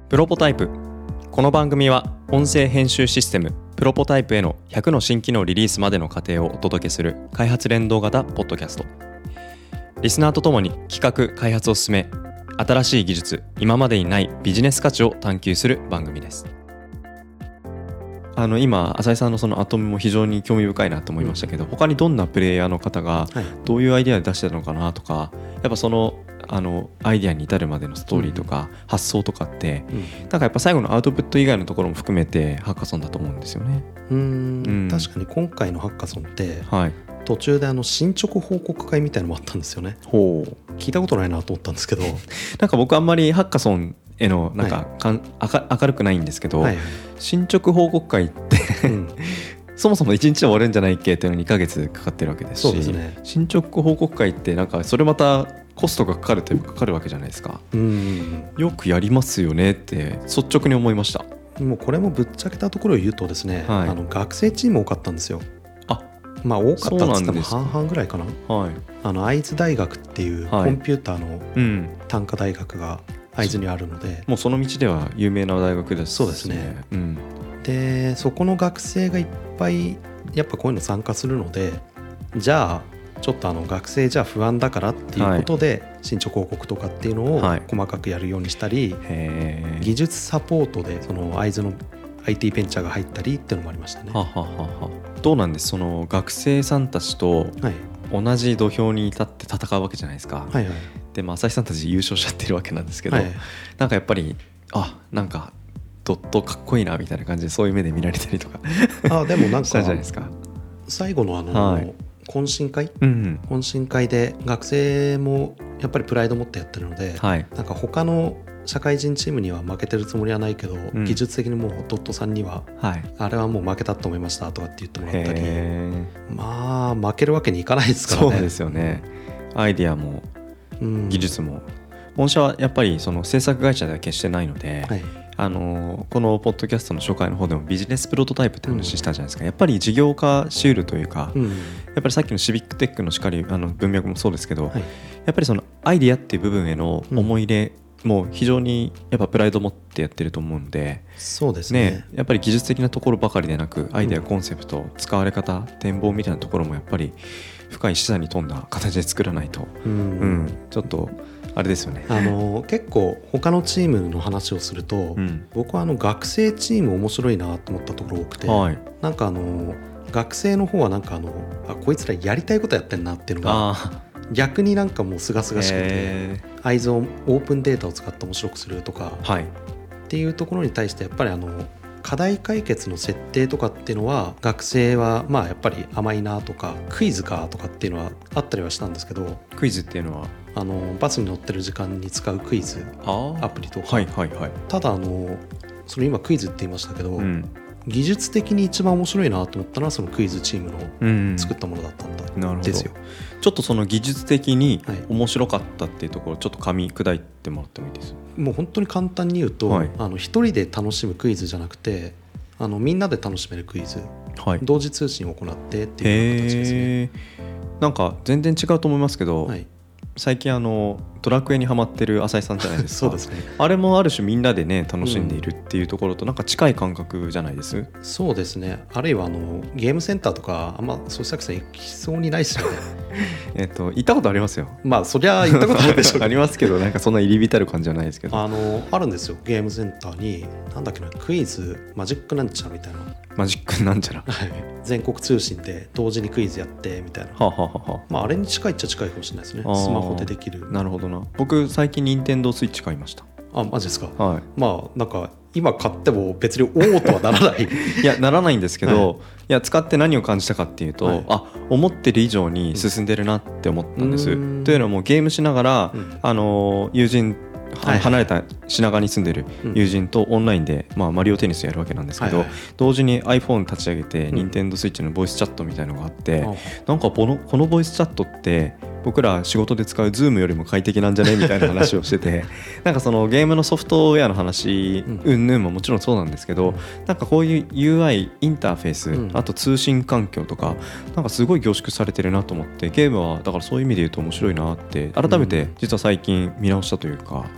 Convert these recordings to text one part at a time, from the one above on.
プロポタイプ。この番組は音声編集システムプロポタイプへの100の新機能リリースまでの過程をお届けする開発連動型ポッドキャスト。リスナーとともに企画開発を進め、新しい技術、今までにないビジネス価値を探求する番組です。今浅井さんのそのアトムも非常に興味深いなと思いましたけど、他にどんなプレイヤーの方がどういうアイデアで出してたのかなとか、やっぱそのアイデアに至るまでのストーリーとか発想とかって、なんかやっぱ最後のアウトプット以外のところも含めてハッカソンだと思うんですよね。 確かに今回のハッカソンって、途中で進捗報告会みたいなのもあったんですよね。聞いたことないなと思ったんですけどなんか僕あんまりハッカソンへのなんか、明るくないんですけど、進捗報告会ってそもそも1日で終わるんじゃないっけっていうのに2ヶ月かかってるわけですし、 そうですね、 進捗報告会ってなんかそれまたコストがかかるといえばかかるわけじゃないですか。よくやりますよねって率直に思いました。 もうこれもぶっちゃけたところを言うとですね、学生チーム多かったんですよ。多かったって言っても半々ぐらいかな。会津大学っていうコンピューターの単科大学が会津にあるので、 もうその道では有名な大学です。 そうですね、でそこの学生がいっぱいやっぱこういうの参加するので、じゃあちょっと学生じゃ不安だからっていうことで、進捗報告とかっていうのを細かくやるようにしたり、技術サポートでその会津の IT ベンチャーが入ったりっていうのもありましたね。 どうなんです、その学生さんたちと同じ土俵に立って戦うわけじゃないですか。で浅井さんたち優勝しちゃってるわけなんですけど、なんかやっぱりなんかドットかっこいいなみたいな感じでそういう目で見られたりとかでもなんかしたじゃないですか。 最後の懇親会で学生もやっぱりプライド持ってやってるので、なんか他の社会人チームには負けてるつもりはないけど、技術的にもうドットさんには、あれはもう負けたと思いましたとかって言ってもらったり、負けるわけにいかないですからね。 そうですよね。アイディアも技術も、御社はやっぱりその制作会社では決してないので、このポッドキャストの初回の方でもビジネスプロトタイプって話したじゃないですか。やっぱり事業化しうるというか、やっぱりさっきのシビックテックのしかり文脈もそうですけど、やっぱりそのアイディアっていう部分への思い入れも非常にやっぱプライド持ってやってると思うんで、 そうですね、 やっぱり技術的なところばかりでなく、アイデア、コンセプト、使われ方、展望みたいなところもやっぱり深い資産に富んだ形で作らないと、ちょっとあれですよね。 結構他のチームの話をすると、僕は学生チーム面白いなと思ったところ多くて、なんか学生の方はなんかこいつらやりたいことやってんなっていうのが逆になんかもうすがすがしくて、会津をオープンデータを使って面白くするとか、っていうところに対してやっぱり課題解決の設定とかっていうのは学生はやっぱり甘いなとか、クイズかとかっていうのはあったりはしたんですけど、 クイズっていうのはバスに乗ってる時間に使うクイズアプリとか、ただそれ今クイズって言いましたけど、技術的に一番面白いなと思ったのはそのクイズチームの作ったものだったんですよ。 ちょっとその技術的に面白かったっていうところ、ちょっと噛み砕いてもらってもいいですか。もう本当に簡単に言うと、一人で楽しむクイズじゃなくてみんなで楽しめるクイズ、同時通信を行ってっていう形ですね。 なんか全然違うと思いますけど、最近ドラクエにハマってる浅井さんじゃないですか。 そうですね。 あれもある種みんなでね楽しんでいるっていうところとなんか近い感覚じゃないです。 そうですね。あるいはゲームセンターとかあんまそういう作戦行きそうにないですよね行ったことありますよ。 そりゃ行ったことあるでしょうありますけど、なんかそんな入り浸る感じじゃないですけど、 あるんですよ。ゲームセンターになんだっけな、クイズマジックなんちゃらみたいな、 マジックなんちゃら、 全国通信で同時にクイズやってみたいな、あれに近いっちゃ近いかもしれないですね。スマホでできる。 なるほどな。僕最近任天堂スイッチ買いました。 マジですか。なんか今買っても別におおとはならないいやならないんですけど、いや使って何を感じたかっていうと、思ってる以上に進んでるなって思ったんです。というのもゲームしながら、友人離れた品川に住んでる友人とオンラインで、マリオテニスやるわけなんですけど、同時に iPhone 立ち上げて任天堂スイッチのボイスチャットみたいなのがあって、なんかこのボイスチャットって僕ら仕事で使う Zoom よりも快適なんじゃねみたいな話をしててなんかそのゲームのソフトウェアの話云々ももちろんそうなんですけど、なんかこういう UI インターフェース、あと通信環境とかなんかすごい凝縮されてるなと思って、ゲームはだからそういう意味で言うと面白いなって改めて実は最近見直したというか。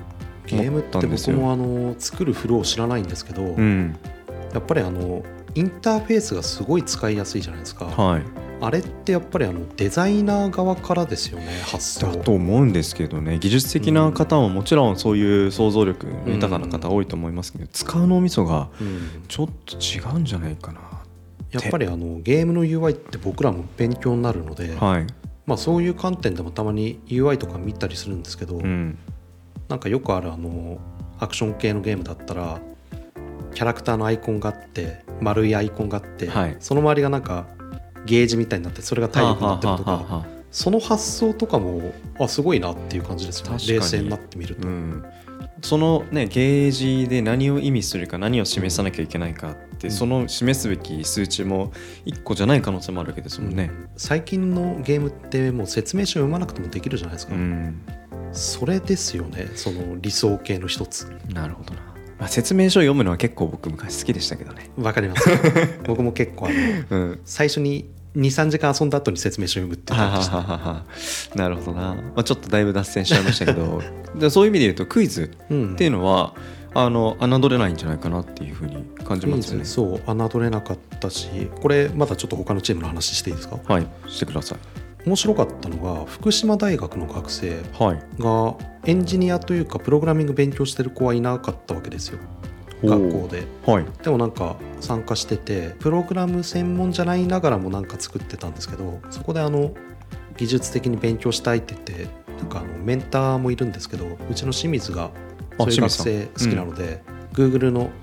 ゲームって僕も作るフロー知らないんですけど、やっぱりインターフェースがすごい使いやすいじゃないですか、はい、あれってやっぱりデザイナー側からですよね、発想だと思うんですけどね。技術的な方ももちろんそういう想像力豊かな方多いと思いますけど、使う脳みそがちょっと違うんじゃないかな、 やっぱりゲームの UI って僕らも勉強になるので、はい、まあ、そういう観点でもたまに UI とか見たりするんですけど、なんかよくあるアクション系のゲームだったらキャラクターのアイコンがあって丸いアイコンがあって、はい、その周りがなんかゲージみたいになってそれが体力になってるとか、その発想とかもすごいなっていう感じですよね、冷静になってみると、 そのねゲージで何を意味するか何を示さなきゃいけないかって、その示すべき数値も1個じゃない可能性もあるわけですもんね、 最近のゲームってもう説明書読まなくてもできるじゃないですか、それですよね、その理想形の一つ。 なるほどな、まあ、説明書を読むのは結構僕昔好きでしたけどね。 わかります僕も結構最初に 2,3 時間遊んだ後に説明書を読むって言ってましたなるほどな、まあ、ちょっとだいぶ脱線しちゃいましたけどでそういう意味で言うとクイズっていうのは、侮れないんじゃないかなっていうふうに感じますね。 そう侮れなかったし、これまたちょっと他のチームの話していいですか。 はい、してください。 面白かったのが福島大学の学生がエンジニアというかプログラミング勉強してる子はいなかったわけですよ、学校で、はい、でもなんか参加しててプログラム専門じゃないながらもなんか作ってたんですけど、そこで技術的に勉強したいって言ってなんかメンターもいるんですけど、うちの清水がそういう学生好きなので、Google の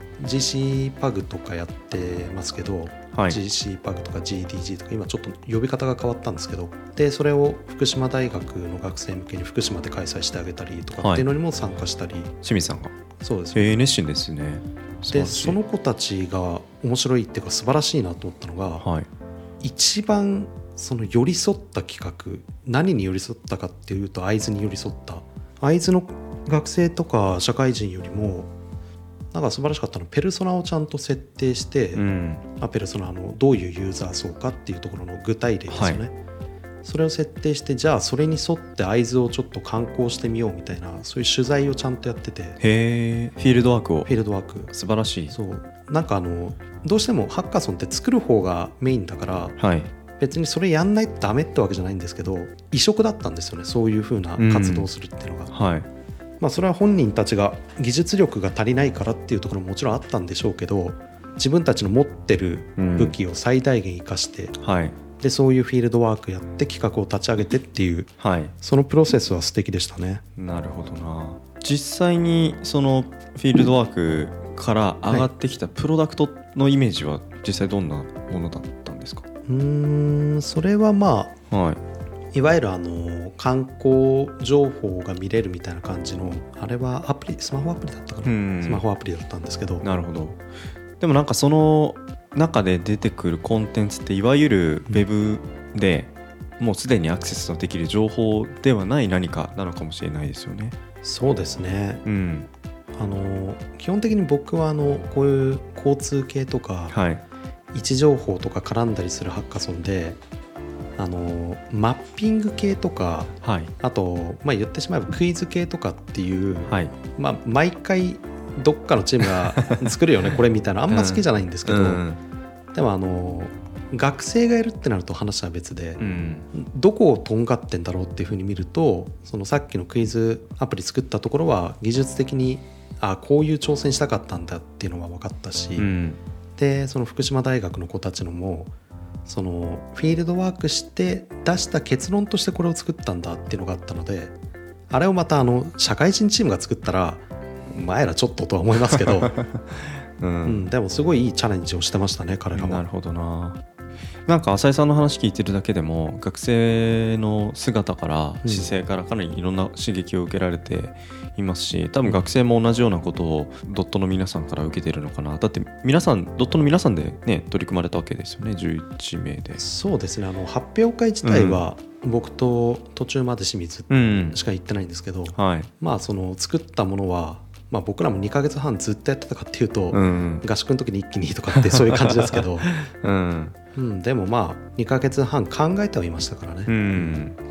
GCPUG とかやってますけど、はい、GCPUG とか GDG とか今ちょっと呼び方が変わったんですけど、でそれを福島大学の学生向けに福島で開催してあげたりとかっていうのにも参加したり、 清水さんがそうです、 熱心ですね。 でその子たちが面白いっていうか素晴らしいなと思ったのが、はい、一番その寄り添った企画、何に寄り添ったかっていうと会津に寄り添った、会津の学生とか社会人よりもなんか素晴らしかったのはペルソナをちゃんと設定して、ペルソナのどういうユーザー層かっていうところの具体例ですよね、はい、それを設定して、じゃあそれに沿って会津をちょっと観光してみようみたいな、そういう取材をちゃんとやってて、 へー、フィールドワークを。 フィールドワーク素晴らしい。 そうなんかどうしてもハッカソンって作る方がメインだから、はい、別にそれやんないとダメってわけじゃないんですけど、異色だったんですよね、そういう風な活動をするっていうのが、はい、まあ、それは本人たちが技術力が足りないからっていうところももちろんあったんでしょうけど、自分たちの持ってる武器を最大限生かして、はい、でそういうフィールドワークやって企画を立ち上げてっていう、はい、そのプロセスは素敵でしたね。 なるほどな。実際にそのフィールドワークから上がってきたプロダクトのイメージは実際どんなものだったんですか。 それはまあ、はい、いわゆる観光情報が見れるみたいな感じの、あれはアプリ、スマホアプリだったかな、スマホアプリだったんですけど。 なるほど。でもなんかその中で出てくるコンテンツっていわゆるウェブでもうすでにアクセスのできる情報ではない何かなのかもしれないですよね。 そうですね、基本的に僕はこういう交通系とか、はい、位置情報とか絡んだりするハッカソンでマッピング系とか、はい、あと、言ってしまえばクイズ系とかっていう、はい、毎回どっかのチームが作るよねこれみたいなあんま好きじゃないんですけど、でも学生がやるってなると話は別で、どこをとんがってんだろうっていうふうに見ると、そのさっきのクイズアプリ作ったところは技術的にこういう挑戦したかったんだっていうのは分かったし、でその福島大学の子たちのもそのフィールドワークして出した結論としてこれを作ったんだっていうのがあったので、あれをまた社会人チームが作ったら前らちょっととは思いますけど、でもすごいいいチャレンジをしてましたね彼らは。 なるほどな。なんか浅井さんの話聞いてるだけでも学生の姿から姿勢からかなりいろんな刺激を受けられていますし、多分学生も同じようなことをドットの皆さんから受けてるのかな。だって皆さんドットの皆さんでね取り組まれたわけですよね、11名で。 そうですね、発表会自体は僕と途中まで清水しか行ってないんですけど、その作ったものは僕らも2ヶ月半ずっとやってたかっていうと、合宿の時に一気にとかってそういう感じですけど、でも2ヶ月半考えてはいましたからね。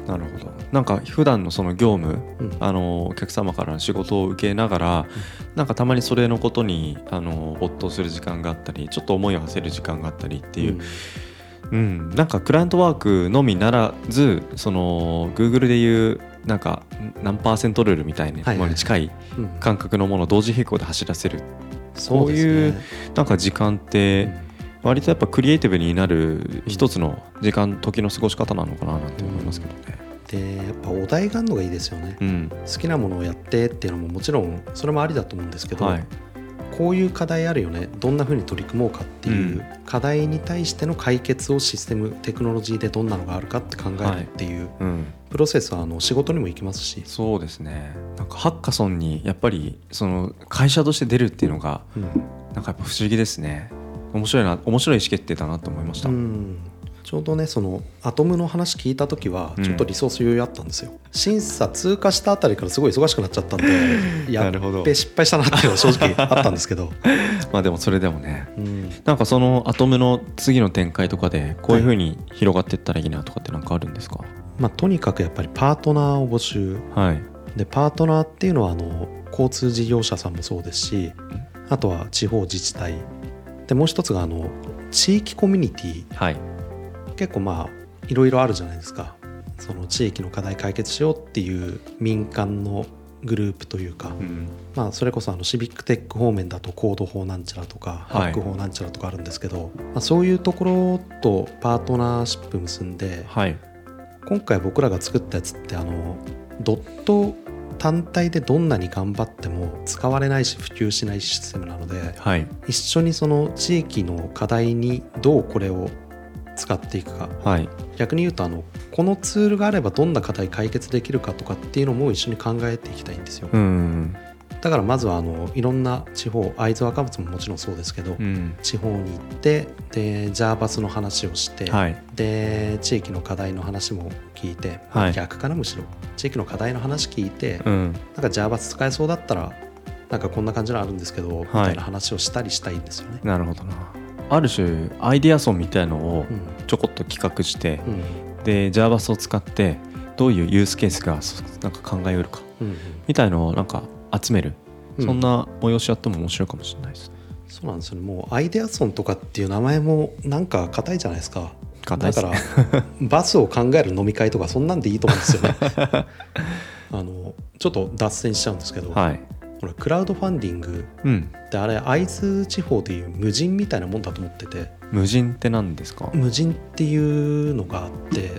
なるほど。なんか普段のその業務、お客様からの仕事を受けながら、なんかたまにそれのことに没頭する時間があったり、ちょっと思いを馳せる時間があったりっていう、なんかクライアントワークのみならず、その Google でいうなんか何%ルールみたいなものに近い感覚のものを同時並行で走らせる、そういうなんか時間って割とやっぱクリエイティブになる一つの時の過ごし方なのかななんて思いますけどね。 でやっぱお題があるのがいいですよね、好きなものをやってっていうのももちろんそれもありだと思うんですけど、こういう課題あるよね、どんな風に取り組もうかっていう課題に対しての解決をシステムテクノロジーでどんなのがあるかって考えるっていうプロセスは仕事にも行きますし。 そうですね。なんかハッカソンにやっぱりその会社として出るっていうのがなんかやっぱ不思議ですね。面白い意思決定だなと思いました。 ちょうどねそのアトムの話聞いた時はちょっとリソース余裕あったんですよ、審査通過したあたりからすごい忙しくなっちゃったんでやっべ失敗したなっていうのは正直あったんですけどまあでもそれでもね、なんかそのアトムの次の展開とかでこういう風に広がっていったらいいなとかってなんかあるんですか？ とにかくやっぱりパートナーを募集、でパートナーっていうのは交通事業者さんもそうですし、あとは地方自治体で、もう一つが地域コミュニティ、結構いろいろあるじゃないですか。その地域の課題解決しようっていう民間のグループというか、それこそシビックテック方面だとコード法なんちゃらとか、ハック法なんちゃらとかあるんですけど、そういうところとパートナーシップ結んで、今回僕らが作ったやつってドット単体でどんなに頑張っても使われないし普及しないシステムなので、一緒にその地域の課題にどうこれを使っていくか、逆に言うとこのツールがあればどんな課題解決できるかとかっていうのも一緒に考えていきたいんですよ。だからまずはいろんな地方、会津若松ももちろんそうですけど、地方に行ってでジャーバスの話をして、で地域の課題の話も聞いて、逆かな、むしろ地域の課題の話聞いて、なんかジャーバス使えそうだったらなんかこんな感じのあるんですけど、みたいな話をしたりしたいんですよね。 なるほどな。ある種アイデアソンみたいのをちょこっと企画して、で JavaS を使ってどういうユースケースがなんか考えうるか、みたいのをなんか集める、そんな催しやっても面白いかもしれないですね。 そうなんですよね。もうアイデアソンとかっていう名前もなんか硬いじゃないですか。 硬いですね。 だからバスを考える飲み会とかそんなんでいいと思うんですよねちょっと脱線しちゃうんですけど、ほらクラウドファンディングってあれ会津地方でいう無人みたいなもんだと思ってて。 無人って何ですか？ 無人っていうのがあって、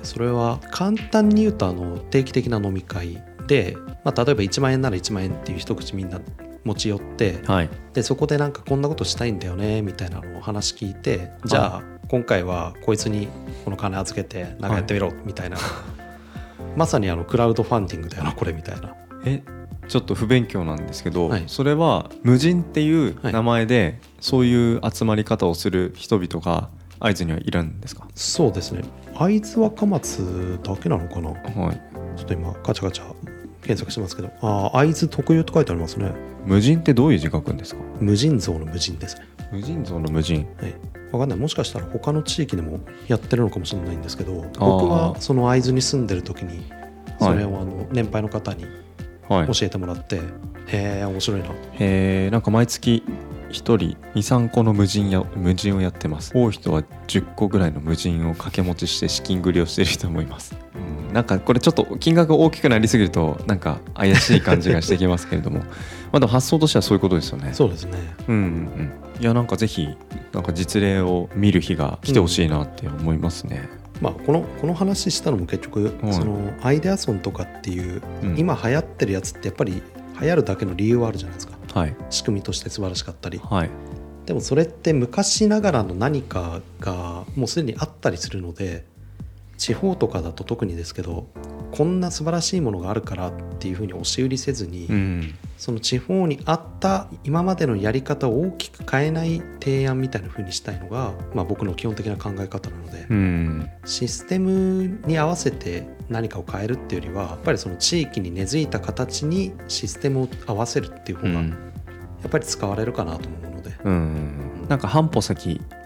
それは簡単に言うと定期的な飲み会で、例えば1万円なら1万円っていう一口みんな持ち寄って、でそこでなんかこんなことしたいんだよねみたいなのを話聞いて、じゃあ今回はこいつにこの金預けてなんかやってみろみたいな、まさにクラウドファンディングだよなこれみたいな。 ちょっと不勉強なんですけど、それは無人っていう名前でそういう集まり方をする人々が会津にはいるんですか？ そうですね。会津若松だけなのかな、ちょっと今ガチャガチャ検索してますけど、会津特有と書いてありますね。 無人ってどういう字書くんですか？ 無尽蔵の無人ですね。 無尽蔵の無人、 分かんない、もしかしたら他の地域でもやってるのかもしれないんですけど、僕はその会津に住んでる時にそれを年配の方に教えてもらって、へえ面白いな。 なんか毎月1人 2,3 個の無人をやってます。多い人は10個ぐらいの無人を掛け持ちして資金繰りをしている人もいます。なんかこれちょっと金額が大きくなりすぎるとなんか怪しい感じがしてきますけれどもでも発想としてはそういうことですよね。 そうですね。 いやなんかぜひなんか実例を見る日が来てほしいなって思いますね。 この話したのも結局、そのアイデアソンとかっていう、今流行ってるやつってやっぱり流行るだけの理由はあるじゃないですか、仕組みとして素晴らしかったり、でもそれって昔ながらの何かがもうすでにあったりするので、地方とかだと特にですけど、こんな素晴らしいものがあるからっていうふうに押し売りせずに、その地方に合った今までのやり方を大きく変えない提案みたいな風にしたいのが、僕の基本的な考え方なので、システムに合わせて何かを変えるっていうよりは、やっぱりその地域に根付いた形にシステムを合わせるっていう方がやっぱり使われるかなと思うので、 なんか半歩先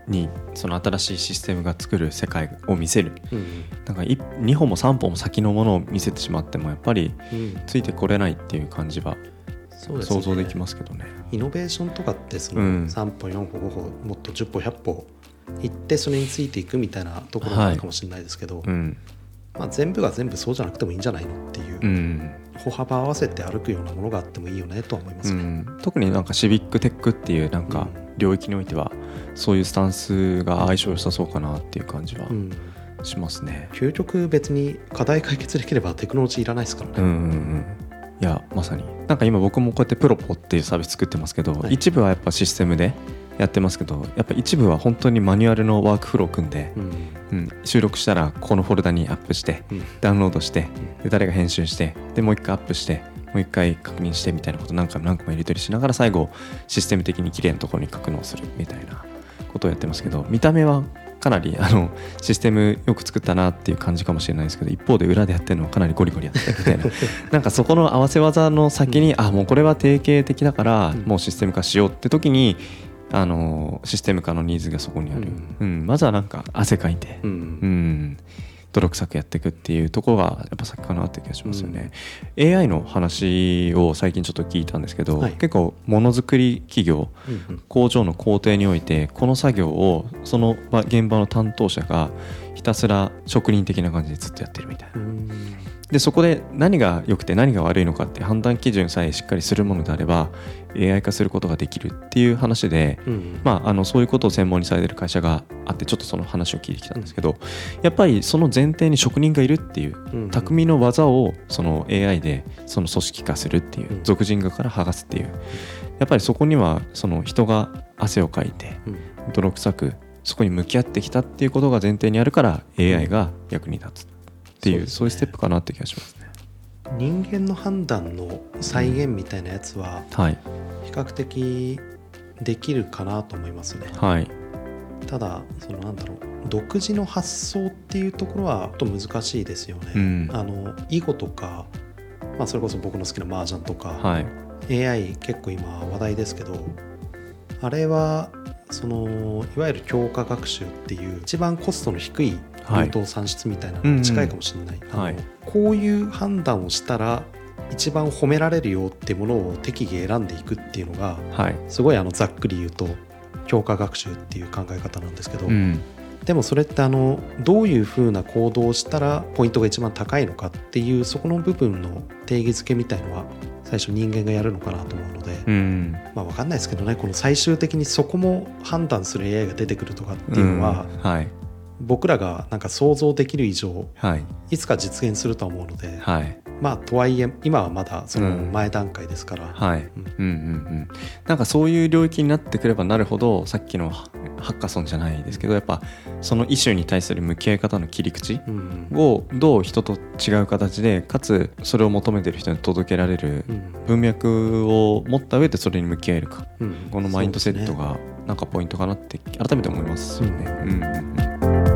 にその新しいシステムが作る世界を見せる、なんか2歩も3歩も先のものを見せてしまってもやっぱりついてこれないっていう感じは想像できますけどね。 イノベーションとかってその3歩4歩5歩もっと10歩100歩行ってそれについていくみたいなところもあるかもしれないですけど、まあ、全部が全部そうじゃなくてもいいんじゃないのっていう、歩幅合わせて歩くようなものがあってもいいよねとは思いますね。 特になんかシビックテックっていうなんか領域においてはそういうスタンスが相性良さそうかなっていう感じはしますね。 究極別に課題解決できればテクノロジーいらないですからね。 いやまさになんか今僕もこうやってプロポっていうサービス作ってますけど、一部はやっぱシステムでやってますけど、やっぱ一部は本当にマニュアルのワークフローを組んで、収録したらこのフォルダにアップして、ダウンロードして、で誰が編集して、でもう一回アップして、もう一回確認してみたいなこと何回も何回もやり取りしながら最後システム的に綺麗なところに格納するみたいなことをやってますけど、見た目はかなりシステムよく作ったなっていう感じかもしれないですけど、一方で裏でやってるのはかなりゴリゴリやってるみたいななんかそこの合わせ技の先に、もうこれは定型的だからもうシステム化しようって時にシステム化のニーズがそこにある、まずはなんか汗かいて、泥臭くやっていくっていうところがやっぱ先かなって気がしますよね。AI の話を最近ちょっと聞いたんですけど、結構ものづくり企業、工場の工程においてこの作業をその現場の担当者がひたすら職人的な感じでずっとやってるみたいな。でそこで何が良くて何が悪いのかって判断基準さえしっかりするものであれば AI 化することができるっていう話で、そういうことを専門にされている会社があってちょっとその話を聞いてきたんですけど、やっぱりその前提に職人がいるっていう匠の技をその AI でその組織化するっていう属人画から剥がすっていう、やっぱりそこにはその人が汗をかいて泥臭くそこに向き合ってきたっていうことが前提にあるから AI が役に立つっていう、そういうステップかなって気がしますね。 人間の判断の再現みたいなやつは比較的できるかなと思いますね。ただその独自の発想っていうところはちょっと難しいですよね。囲碁とか、それこそ僕の好きな麻雀とか、AI 結構今話題ですけど、あれはいわゆる強化学習っていう一番コストの低いルート算出みたいなのに近いかもしれない。こういう判断をしたら一番褒められるよっていうものを適宜選んでいくっていうのが、すごいざっくり言うと強化学習っていう考え方なんですけど、でもそれってどういうふうな行動をしたらポイントが一番高いのかっていうそこの部分の定義づけみたいのは最初人間がやるのかなと思うので、分かんないですけどね、この最終的にそこも判断する AI が出てくるとかっていうのは、僕らがなんか想像できる以上、いつか実現するとは思うので、とはいえ今はまだその前段階ですから、なんかそういう領域になってくればなるほど、さっきのハッカソンじゃないですけど、やっぱそのイシューに対する向き合い方の切り口をどう人と違う形で、かつそれを求めてる人に届けられる文脈を持った上でそれに向き合えるか、このマインドセットがなんかポイントかなって改めて思いますよね。